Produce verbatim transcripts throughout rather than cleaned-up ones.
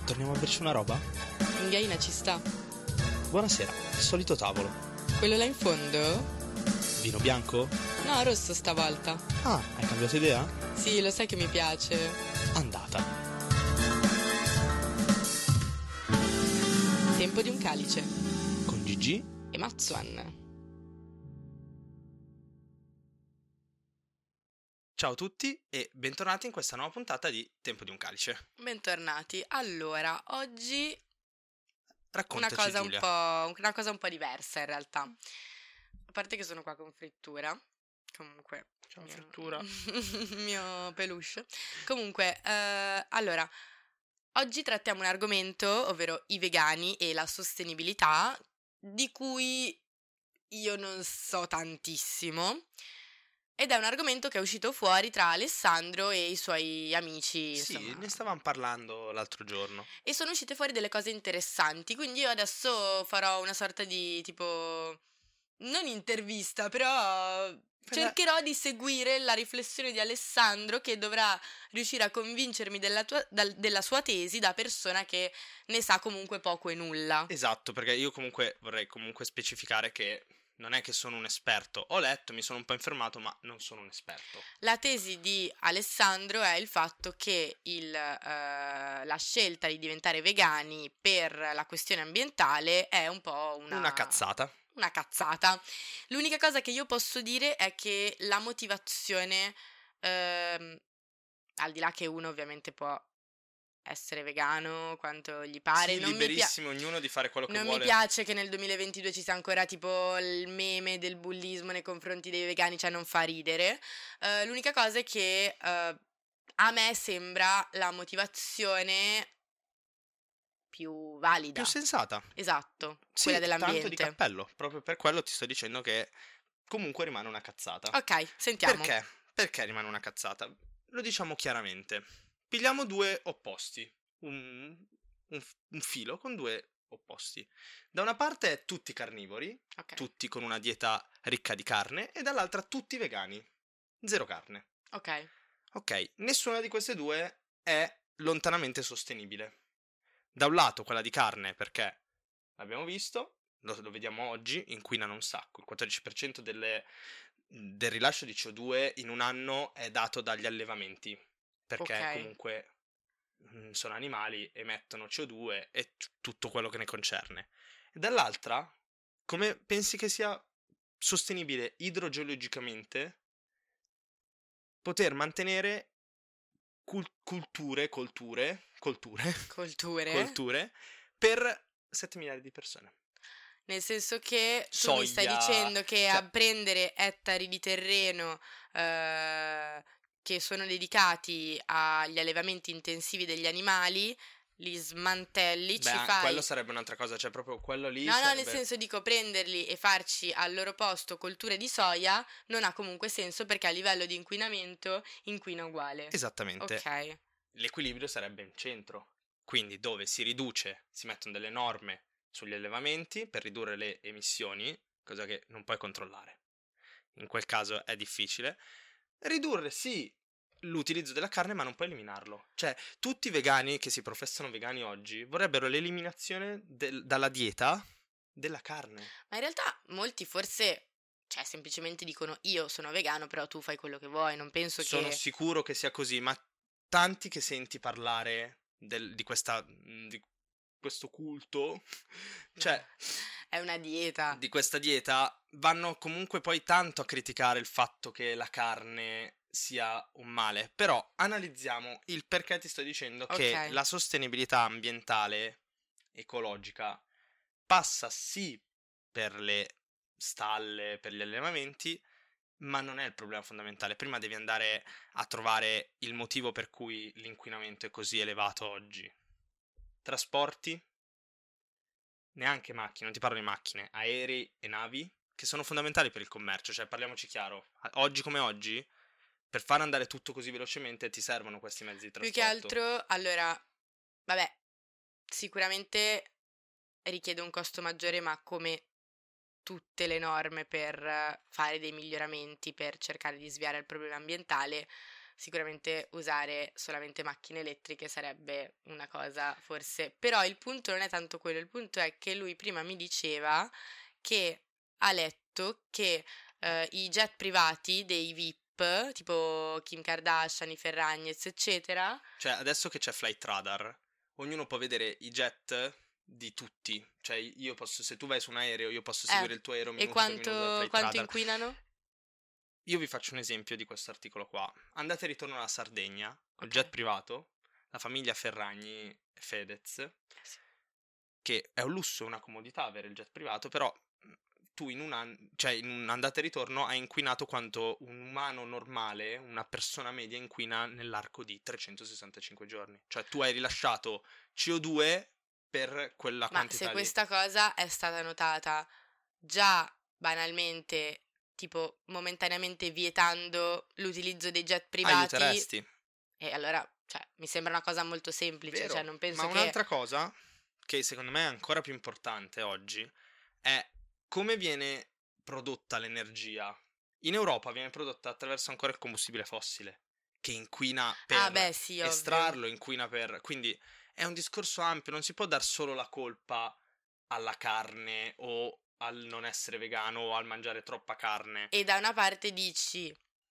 torniamo a berci una roba? In Gaina ci sta. Buonasera, il solito tavolo. Quello là in fondo? Vino bianco? No, rosso stavolta. Ah, hai cambiato idea? Sì, lo sai che mi piace. Andata. Tempo di un calice. Con Gigi E Mazzuan. Ciao a tutti e bentornati in questa nuova puntata di Tempo di un calice. Bentornati. Allora, oggi Raccontaci, una cosa Giulia. un po', una cosa un po' diversa in realtà. A parte che sono qua con Frittura. Comunque, Ciao, mio- Frittura. mio peluche. Comunque, eh, allora, oggi trattiamo un argomento, ovvero i vegani e la sostenibilità, di cui io non so tantissimo. Ed è un argomento che è uscito fuori tra Alessandro e i suoi amici, Sì, insomma. ne stavamo parlando l'altro giorno. E sono uscite fuori delle cose interessanti, quindi io adesso farò una sorta di tipo, non intervista, però cercherò di seguire la riflessione di Alessandro, che dovrà riuscire a convincermi della, tua- dal- della sua tesi da persona che ne sa comunque poco e nulla. Esatto, perché io comunque vorrei comunque specificare che non è che sono un esperto. Ho letto, mi sono un po' informato, ma non sono un esperto. La tesi di Alessandro è il fatto che il, eh, la scelta di diventare vegani per la questione ambientale è un po' una... Una cazzata. Una cazzata. L'unica cosa che io posso dire è che la motivazione, ehm, al di là che uno ovviamente può essere vegano quanto gli pare, Sì, non mi pia- liberissimo ognuno di fare quello che non vuole. mi piace che nel duemilaventidue ci sia ancora tipo il meme del bullismo nei confronti dei vegani, cioè non fa ridere. Eh, l'unica cosa è che eh, a me sembra la motivazione più valida. Più sensata. Esatto, Sì, quella tanto di dell'ambiente. cappello. Proprio per quello ti sto dicendo che comunque rimane una cazzata. Ok, sentiamo. Perché? Perché rimane una cazzata? Lo diciamo chiaramente. Pigliamo due opposti. Un, un, un filo con due opposti. Da una parte tutti carnivori, Ok. tutti con una dieta ricca di carne, e dall'altra tutti vegani. Zero carne. Ok. Ok, nessuna di queste due è lontanamente sostenibile. Da un lato quella di carne, perché l'abbiamo visto, lo, lo vediamo oggi, inquinano un sacco. Il quattordici per cento delle, del rilascio di C O due in un anno è dato dagli allevamenti, perché Ok. comunque mh, sono animali, emettono C O due e t- tutto quello che ne concerne. E dall'altra, come pensi che sia sostenibile idrogeologicamente poter mantenere cul- culture, colture, colture, Colture. colture per sette miliardi di persone? Nel senso che tu Soia, mi stai dicendo che cioè- a prendere ettari di terreno eh, che sono dedicati agli allevamenti intensivi degli animali, li smantelli, Beh, ci an- fai... quello sarebbe un'altra cosa, cioè proprio quello lì No, no, sarebbe... nel senso dico prenderli e farci al loro posto colture di soia non ha comunque senso, perché a livello di inquinamento inquina uguale. Esattamente. Ok. L'equilibrio sarebbe in centro, quindi dove si riduce, si mettono delle norme sugli allevamenti per ridurre le emissioni, cosa che non puoi controllare. In quel caso è difficile. Ridurre sì l'utilizzo della carne, ma non puoi eliminarlo. Cioè, tutti i vegani che si professano vegani oggi vorrebbero l'eliminazione del- dalla dieta della carne. Ma in realtà molti forse, cioè, semplicemente dicono io sono vegano, però tu fai quello che vuoi, non penso Sono che... sicuro che sia così, ma tanti che senti parlare del- di questa di questo culto, cioè È una dieta. di questa dieta, vanno comunque poi tanto a criticare il fatto che la carne sia un male. Però analizziamo il perché ti sto dicendo che Ok. la sostenibilità ambientale, ecologica, passa sì per le stalle, per gli allevamenti, ma non è il problema fondamentale. Prima devi andare a trovare il motivo per cui l'inquinamento è così elevato oggi. Trasporti? Neanche macchine, non ti parlo di macchine, aerei e navi, che sono fondamentali per il commercio, cioè parliamoci chiaro. A- Oggi come oggi, per far andare tutto così velocemente ti servono questi mezzi di Più trasporto. che altro, allora, vabbè, sicuramente richiede un costo maggiore, ma come tutte le norme per eh, fare dei miglioramenti per cercare di sviare il problema ambientale, sicuramente usare solamente macchine elettriche sarebbe una cosa forse, però il punto non è tanto quello, il punto è che lui prima mi diceva che ha letto che eh, i jet privati dei V I P, tipo Kim Kardashian, i Ferragnez, eccetera. Cioè, adesso che c'è Flight Radar, ognuno può vedere i jet di tutti. Cioè, io posso, se tu vai su un aereo, io posso seguire Eh, il tuo aereo e minuto per minuto dal quanto, Flight quanto Radar. inquinano? Io vi faccio un esempio di questo articolo qua. Andate e ritorno alla Sardegna, col Ok. jet privato, la famiglia Ferragni e Fedez, Eh sì. che è un lusso, una comodità avere il jet privato, però mh, tu in un an- cioè in un andata e ritorno hai inquinato quanto un umano normale, una persona media inquina nell'arco di trecentosessantacinque giorni. Cioè tu hai rilasciato C O due per quella Ma se quantità lì. questa cosa è stata notata già banalmente, tipo momentaneamente vietando l'utilizzo dei jet privati, Aiuteresti. e allora, cioè, mi sembra una cosa molto semplice, Vero, cioè non ma penso che... un'altra cosa che secondo me è ancora più importante oggi è come viene prodotta l'energia. In Europa viene prodotta attraverso ancora il combustibile fossile, che inquina Ah, per beh, sì, ovvio. estrarlo, inquina per... Quindi è un discorso ampio, non si può dar solo la colpa alla carne o al non essere vegano o al mangiare troppa carne. E da una parte dici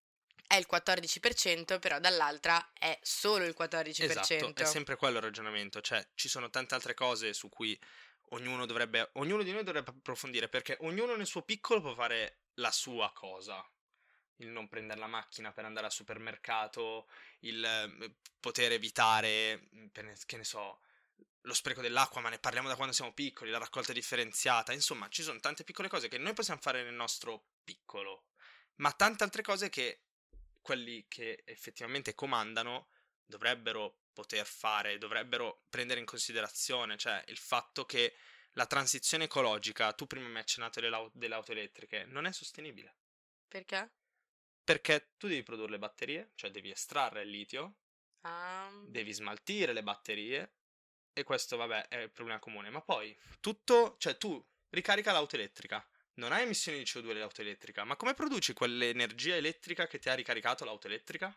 è il quattordici per cento, però dall'altra è solo il quattordici per cento. Esatto, è sempre quello il ragionamento, cioè ci sono tante altre cose su cui ognuno dovrebbe, ognuno di noi dovrebbe approfondire, perché ognuno nel suo piccolo può fare la sua cosa. Il non prendere la macchina per andare al supermercato, il eh, poter evitare, mm, per ne- che ne so, lo spreco dell'acqua, ma ne parliamo da quando siamo piccoli, la raccolta differenziata, insomma, ci sono tante piccole cose che noi possiamo fare nel nostro piccolo, ma tante altre cose che quelli che effettivamente comandano dovrebbero poter fare, dovrebbero prendere in considerazione, cioè il fatto che la transizione ecologica, tu prima mi hai accennato delle, au- delle auto elettriche, non è sostenibile. Perché? Perché tu devi produrre le batterie, cioè devi estrarre il litio, Ah, devi smaltire le batterie, e questo, vabbè, è il problema comune. Ma poi, tutto, cioè tu ricarica l'auto elettrica, non hai emissioni di C O due dell'auto elettrica, ma come produci quell'energia elettrica che ti ha ricaricato l'auto elettrica?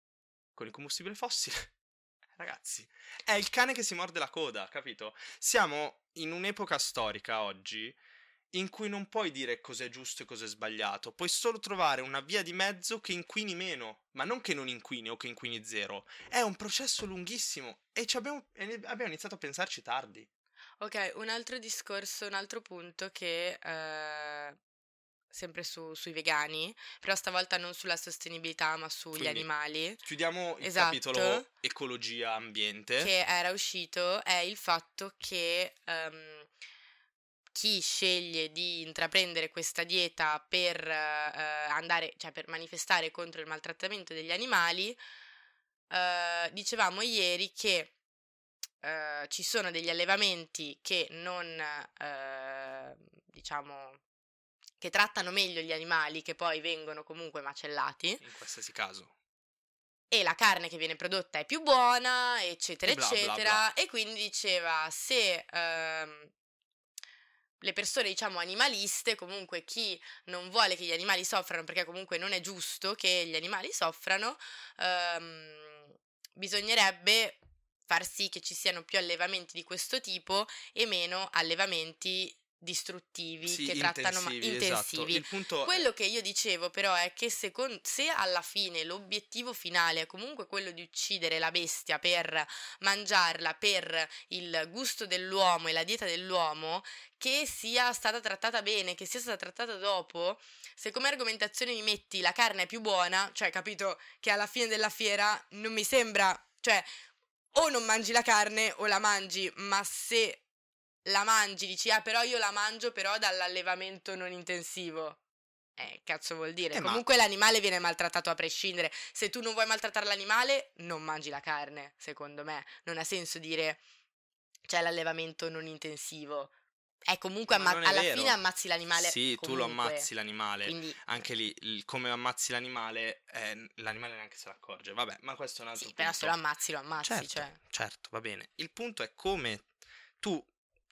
Con il combustibile fossile. Ragazzi, è il cane che si morde la coda, capito? Siamo in un'epoca storica oggi in cui non puoi dire cos'è giusto e cos'è sbagliato, puoi solo trovare una via di mezzo che inquini meno, ma non che non inquini o che inquini zero. È un processo lunghissimo e, ci abbiamo, e ne- abbiamo iniziato a pensarci tardi. ok, un altro discorso, un altro punto che... eh, sempre su- sui vegani, però stavolta non sulla sostenibilità, ma sugli Quindi animali. chiudiamo il Esatto. capitolo ecologia ambiente. Che era uscito è il fatto che ehm, chi sceglie di intraprendere questa dieta per eh, andare, cioè per manifestare contro il maltrattamento degli animali, eh, dicevamo ieri che eh, ci sono degli allevamenti che non, eh, diciamo, che trattano meglio gli animali, che poi vengono comunque macellati, In qualsiasi caso. e la carne che viene prodotta è più buona, eccetera, E bla bla eccetera. bla. E quindi diceva se ehm, le persone, diciamo, animaliste, comunque chi non vuole che gli animali soffrano, perché comunque non è giusto che gli animali soffrano, ehm, bisognerebbe far sì che ci siano più allevamenti di questo tipo e meno allevamenti distruttivi Sì, che trattano ma- intensivi, esatto. intensivi. Il punto è... Quello che io dicevo però è che secon- se alla fine l'obiettivo finale è comunque quello di uccidere la bestia per mangiarla per il gusto dell'uomo e la dieta dell'uomo, che sia stata trattata bene, che sia stata trattata dopo, se come argomentazione mi metti la carne è più buona, cioè capito che alla fine della fiera non mi sembra, cioè o non mangi la carne o la mangi, ma se la mangi dici ah però io la mangio però dall'allevamento non intensivo. Eh, cazzo vuol dire? Eh, ma Comunque l'animale viene maltrattato a prescindere. Se tu non vuoi maltrattare l'animale, non mangi la carne, secondo me. Non ha senso dire c'è l'allevamento non intensivo. È comunque Ma amma- non è alla vero. fine ammazzi l'animale Sì, tu lo comunque. ammazzi l'animale. Quindi Anche lì, il- come ammazzi l'animale, eh, l'animale neanche se ne accorge. Vabbè, ma questo è un altro sì, però se lo punto. ammazzi lo ammazzi, Certo, cioè. certo, va bene. Il punto è come tu, cioè,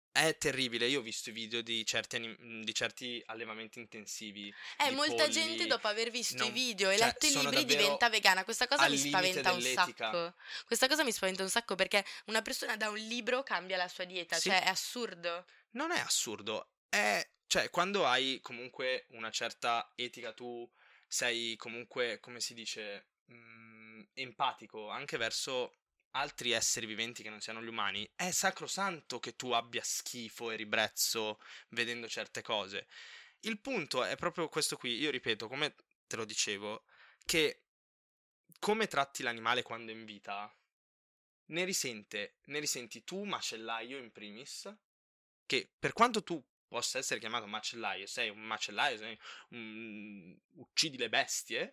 è terribile. Io ho visto i video di certi, anim- di certi allevamenti intensivi Eh, di molta gente polli, dopo aver visto i non- video e cioè, letto i sono libri davvero diventa vegana. Questa cosa al mi limite spaventa un dell'etica. sacco. Questa cosa mi spaventa un sacco perché una persona da un libro cambia la sua dieta, Sì. cioè è assurdo. Non è assurdo, è... Cioè, quando hai comunque una certa etica, tu sei comunque, come si dice, mm, empatico anche verso altri esseri viventi che non siano gli umani, è sacrosanto che tu abbia schifo e ribrezzo vedendo certe cose. Il punto è proprio questo qui, io ripeto, come te lo dicevo, che come tratti l'animale quando è in vita, ne risente, ne risenti tu, macellaio in primis, che per quanto tu possa essere chiamato macellaio, sei un macellaio, sei un... uccidi le bestie,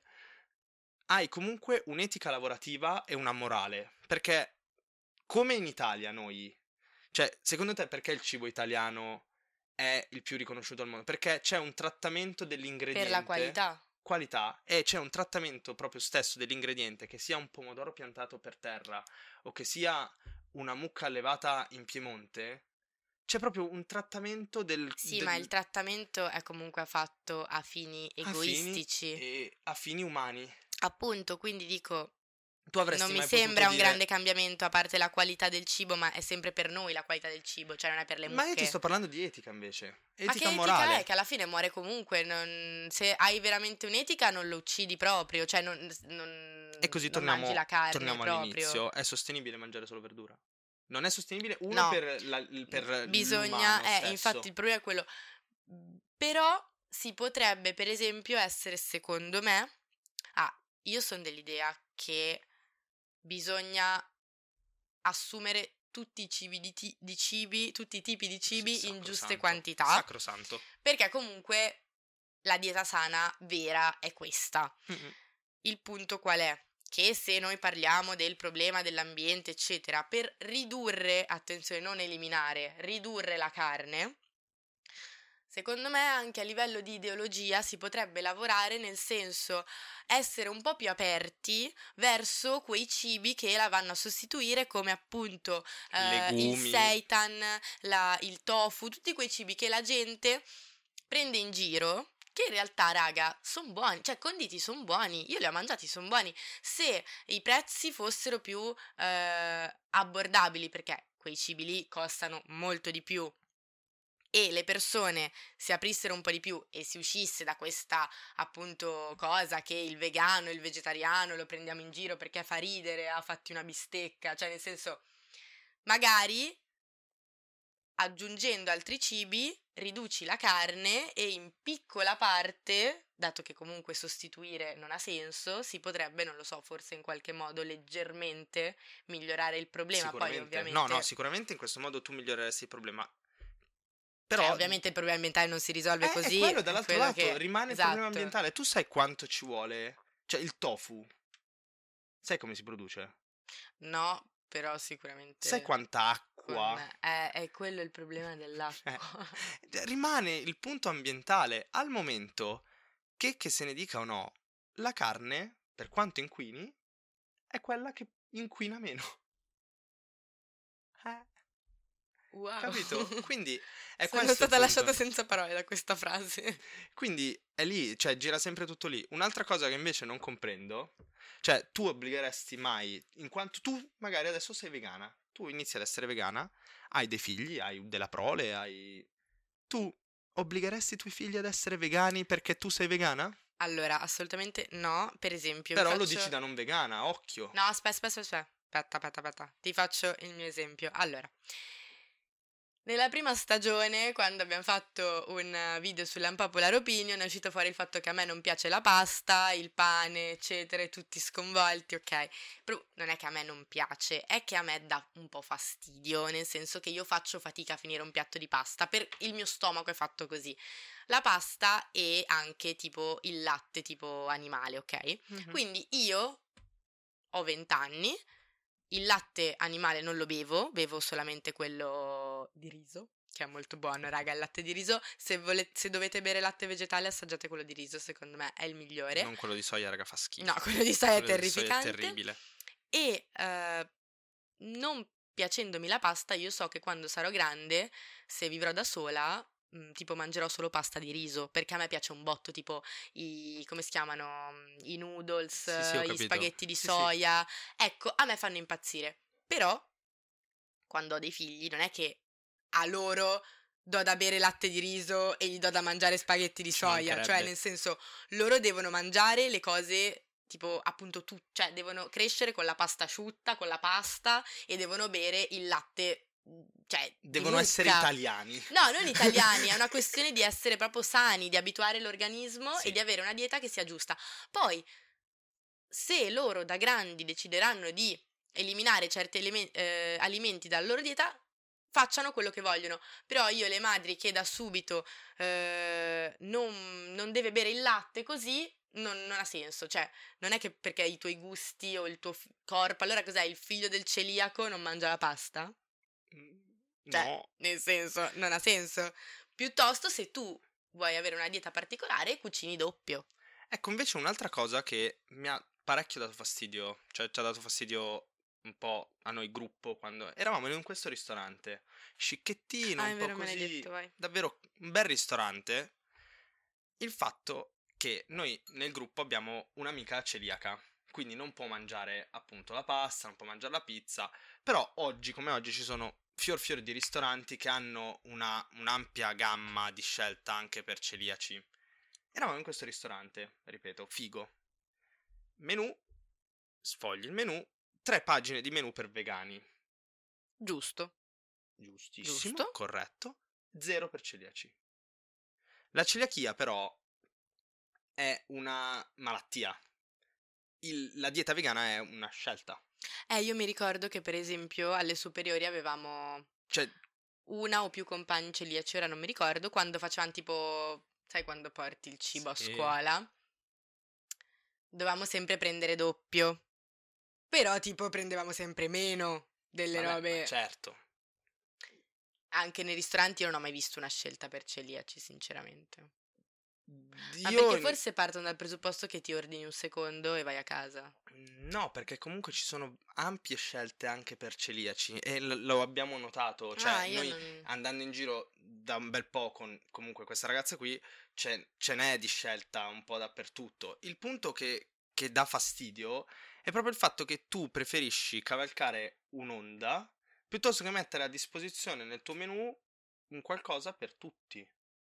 hai comunque un'etica lavorativa e una morale, perché come in Italia noi, cioè secondo te perché il cibo italiano è il più riconosciuto al mondo? Perché c'è un trattamento dell'ingrediente, Per la qualità. qualità, e c'è un trattamento proprio stesso dell'ingrediente, che sia un pomodoro piantato per terra o che sia una mucca allevata in Piemonte. C'è proprio un trattamento del, Sì, del- ma il trattamento è comunque fatto a fini a fini egoistici. e a fini umani. Appunto, quindi dico, Tu avresti non mi mai sembra potuto un dire... grande cambiamento a parte la qualità del cibo, ma è sempre per noi la qualità del cibo, cioè non è per le Ma io ti mucche. sto parlando di etica invece. Ma che Etica etica morale. è? Che alla fine muore comunque. non- Se hai veramente un'etica non lo uccidi proprio, cioè non, non- E così non mangi torniamo, la carne torniamo proprio. all'inizio. È sostenibile mangiare solo verdura? Non è sostenibile, uno, No, per, la, per bisogna, l'umano eh, stesso. infatti il problema è quello. Però si potrebbe, per esempio, essere, secondo me, ah, io sono dell'idea che bisogna assumere tutti i cibi di, ti- di cibi, tutti i tipi di cibi Sì, in giuste sacrosanto, quantità, Sacrosanto. perché comunque la dieta sana vera è questa. Mm-mm. Il punto qual è? Che se noi parliamo del problema dell'ambiente, eccetera, per ridurre, attenzione, non eliminare, ridurre la carne, secondo me anche a livello di ideologia si potrebbe lavorare nel senso essere un po' più aperti verso quei cibi che la vanno a sostituire, come appunto eh, il Legumi. seitan, la- il tofu, tutti quei cibi che la gente prende in giro, che in realtà, raga, sono buoni, cioè conditi sono buoni, io li ho mangiati, sono buoni, se i prezzi fossero più eh, abbordabili, perché quei cibi lì costano molto di più, e le persone si aprissero un po' di più e si uscisse da questa appunto cosa che il vegano, il vegetariano lo prendiamo in giro perché fa ridere, ha fatti una bistecca, cioè nel senso, magari aggiungendo altri cibi riduci la carne e in piccola parte, dato che comunque sostituire non ha senso, si potrebbe, non lo so, forse in qualche modo leggermente migliorare il problema. Poi Sicuramente. ovviamente, No, no, sicuramente in questo modo tu miglioreresti il problema. Però cioè, ovviamente il problema ambientale non si risolve è, così. è quello, dall'altro quello lato che... rimane il esatto. problema ambientale. Tu sai quanto ci vuole? Cioè, il tofu. Sai come si produce? No, però sicuramente Sai quanta acqua? con... è, è quello il problema dell'acqua. Eh, rimane il punto ambientale. Al momento, che, che se ne dica o no, la carne, per quanto inquini, è quella che inquina meno. Eh, Wow. capito? Quindi è Sono questo il stata punto. lasciata senza parole da questa frase. Quindi è lì, cioè gira sempre tutto lì. Un'altra cosa che invece non comprendo, cioè tu obbligheresti mai, in quanto tu magari adesso sei vegana, tu inizi ad essere vegana, hai dei figli, hai della prole, hai... Tu obbligheresti i tuoi figli ad essere vegani perché tu sei vegana? Allora, assolutamente no. Per esempio, vi Però lo faccio- dici da non vegana, occhio. No, aspetta, aspetta, aspetta. Aspetta, aspetta, aspetta. Ti faccio il mio esempio. Allora, nella prima stagione, quando abbiamo fatto un video sull'Unpopular Opinion, è uscito fuori il fatto che a me non piace la pasta, il pane, eccetera, e tutti sconvolti, ok? Però non è che a me non piace, è che a me dà un po' fastidio, nel senso che io faccio fatica a finire un piatto di pasta, per il mio stomaco è fatto così. La pasta e anche tipo il latte tipo animale, ok? Mhm. Quindi io ho venti anni, il latte animale non lo bevo, bevo solamente quello di riso, che è molto buono, raga, il latte di riso. Se, vole- se dovete bere latte vegetale, assaggiate quello di riso, secondo me è il migliore. Non quello di soia, raga, fa schifo. No, quello di soia è Quello di soia è terrificante. terribile. E eh, non piacendomi la pasta, io so che quando sarò grande, se vivrò da sola, mh, tipo mangerò solo pasta di riso, perché a me piace un botto, tipo i, come si chiamano, mm, i noodles, Sì, sì, ho gli capito. spaghetti di Sì, sì. soia, ecco, a me fanno impazzire. Però, quando ho dei figli, non è che a loro do da bere latte di riso e gli do da mangiare spaghetti di Ci soia, cioè mancherebbe. nel senso, loro devono mangiare le cose tipo appunto tu, cioè devono crescere con la pasta asciutta, con la pasta e devono bere il latte, mm, cioè di Devono essere mucca. italiani. No, non italiani, è una questione di essere proprio sani, di abituare l'organismo Sì. e di avere una dieta che sia giusta. Poi, se loro da grandi decideranno di eliminare certi elemen- eh, alimenti dalla loro dieta, facciano quello che vogliono. Però io le madri che da subito eh, non, non deve bere il latte così, non, non ha senso. Cioè, non è che perché i tuoi gusti o il tuo fi- corpo, allora cos'è? Il figlio del celiaco non mangia la pasta? Cioè, No. nel senso, non ha senso. Piuttosto, se tu vuoi avere una dieta particolare, cucini doppio. Ecco, invece un'altra cosa che mi ha parecchio dato fastidio, cioè ci ha dato fastidio un po' a noi gruppo quando eravamo in questo ristorante, scicchettino, Ah, un è po' vero, me l'hai così, detto, vai. davvero un bel ristorante, il fatto che noi nel gruppo abbiamo un'amica celiaca, quindi non può mangiare appunto la pasta, non può mangiare la pizza, però oggi come oggi ci sono fior fior di ristoranti che hanno una, un'ampia gamma di scelta anche per celiaci. Eravamo in questo ristorante, ripeto, figo. Menù, sfogli il menù, tre pagine di menù per vegani. Giusto. Giustissimo, Giusto. corretto. Zero per celiaci. La celiachia però è una malattia. Il- la dieta vegana è una scelta. Eh, io mi ricordo che per esempio alle superiori avevamo Cioè, una o più compagni celiaci, ora non mi ricordo, quando facevamo tipo, sai quando porti il cibo a sì, scuola, dovevamo sempre prendere doppio, però tipo prendevamo sempre meno delle vabbè, ma robe. certo. Anche nei ristoranti io non ho mai visto una scelta per celiaci, sinceramente. Ma Io perché in- forse partono dal presupposto che ti ordini un secondo e vai a casa. No, perché comunque ci sono ampie scelte anche per celiaci e l- lo abbiamo notato, cioè Ah, io noi non... andando in giro da un bel po' con comunque questa ragazza qui ce, ce n'è di scelta un po' dappertutto. Il punto che, che dà fastidio è proprio il fatto che tu preferisci cavalcare un'onda piuttosto che mettere a disposizione nel tuo menù un qualcosa per tutti.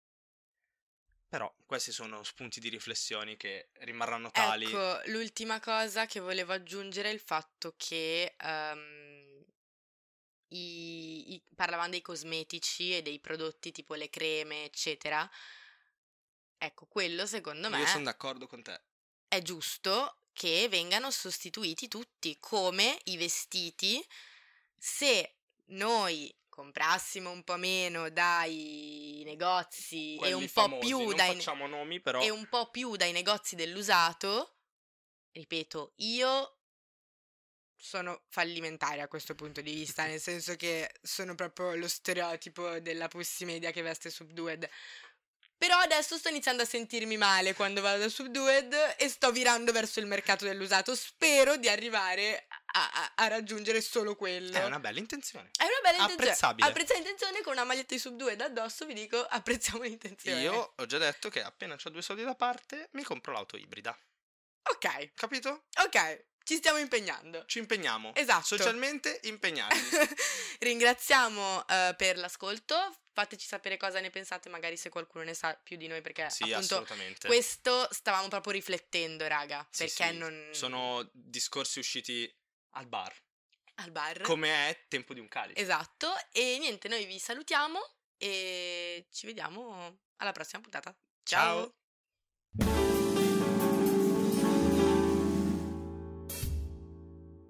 Però questi sono spunti di riflessioni che rimarranno tali. Ecco, l'ultima cosa che volevo aggiungere è il fatto che ehm, i, i- parlavamo dei cosmetici e dei prodotti tipo le creme, eccetera. Ecco, quello secondo Io sono me d'accordo con te. è giusto che vengano sostituiti tutti, come i vestiti. Se noi comprassimo un po' meno dai negozi e Quelli un po' famosi, più non dai, facciamo nomi, però e un po' più dai negozi dell'usato, ripeto, io sono fallimentare a questo punto di vista, nel senso che sono proprio lo stereotipo della Pussy Media che veste Subdued. Però adesso sto iniziando a sentirmi male quando vado da Subdued e sto virando verso il mercato dell'usato. Spero di arrivare a, a- a raggiungere solo quello. è una bella intenzione. È una bella intenzione. Apprezzabile. Apprezza l'intenzione con una maglietta di Subdued addosso, vi dico, apprezziamo l'intenzione. Io ho già detto che appena ho due soldi da parte mi compro l'auto ibrida. Ok, Capito? ok, ci stiamo impegnando. Ci impegniamo. Esatto. Socialmente impegnati. Ringraziamo eh, per l'ascolto. Fateci sapere cosa ne pensate, magari se qualcuno ne sa più di noi, perché Sì, appunto assolutamente. questo stavamo proprio riflettendo, raga, Sì, perché sì. non... Sono discorsi usciti al bar. al bar. Come è tempo di un calice. Esatto, e niente, noi vi salutiamo e ci vediamo alla prossima puntata. Ciao. Ciao.